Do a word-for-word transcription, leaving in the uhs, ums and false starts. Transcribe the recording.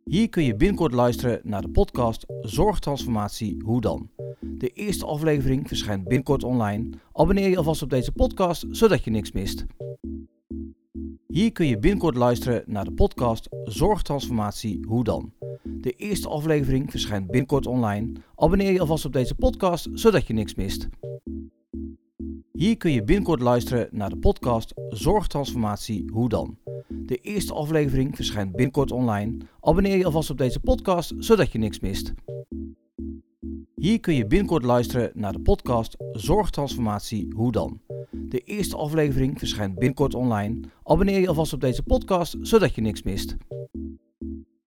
Hier kun je binnenkort luisteren naar de podcast Zorgtransformatie Hoe dan? De eerste aflevering verschijnt binnenkort online. Abonneer je alvast op deze podcast, zodat je niks mist. Hier kun je binnenkort luisteren naar de podcast Zorgtransformatie Hoe dan? De eerste aflevering verschijnt binnenkort online. Abonneer je alvast op deze podcast, zodat je niks mist. Hier kun je binnenkort luisteren naar de podcast Zorgtransformatie Hoe dan? De eerste aflevering verschijnt binnenkort online. Abonneer je alvast op deze podcast, zodat je niks mist. Hier kun je binnenkort luisteren naar de podcast Zorgtransformatie Hoe dan? De eerste aflevering verschijnt binnenkort online. Abonneer je alvast op deze podcast, zodat je niks mist.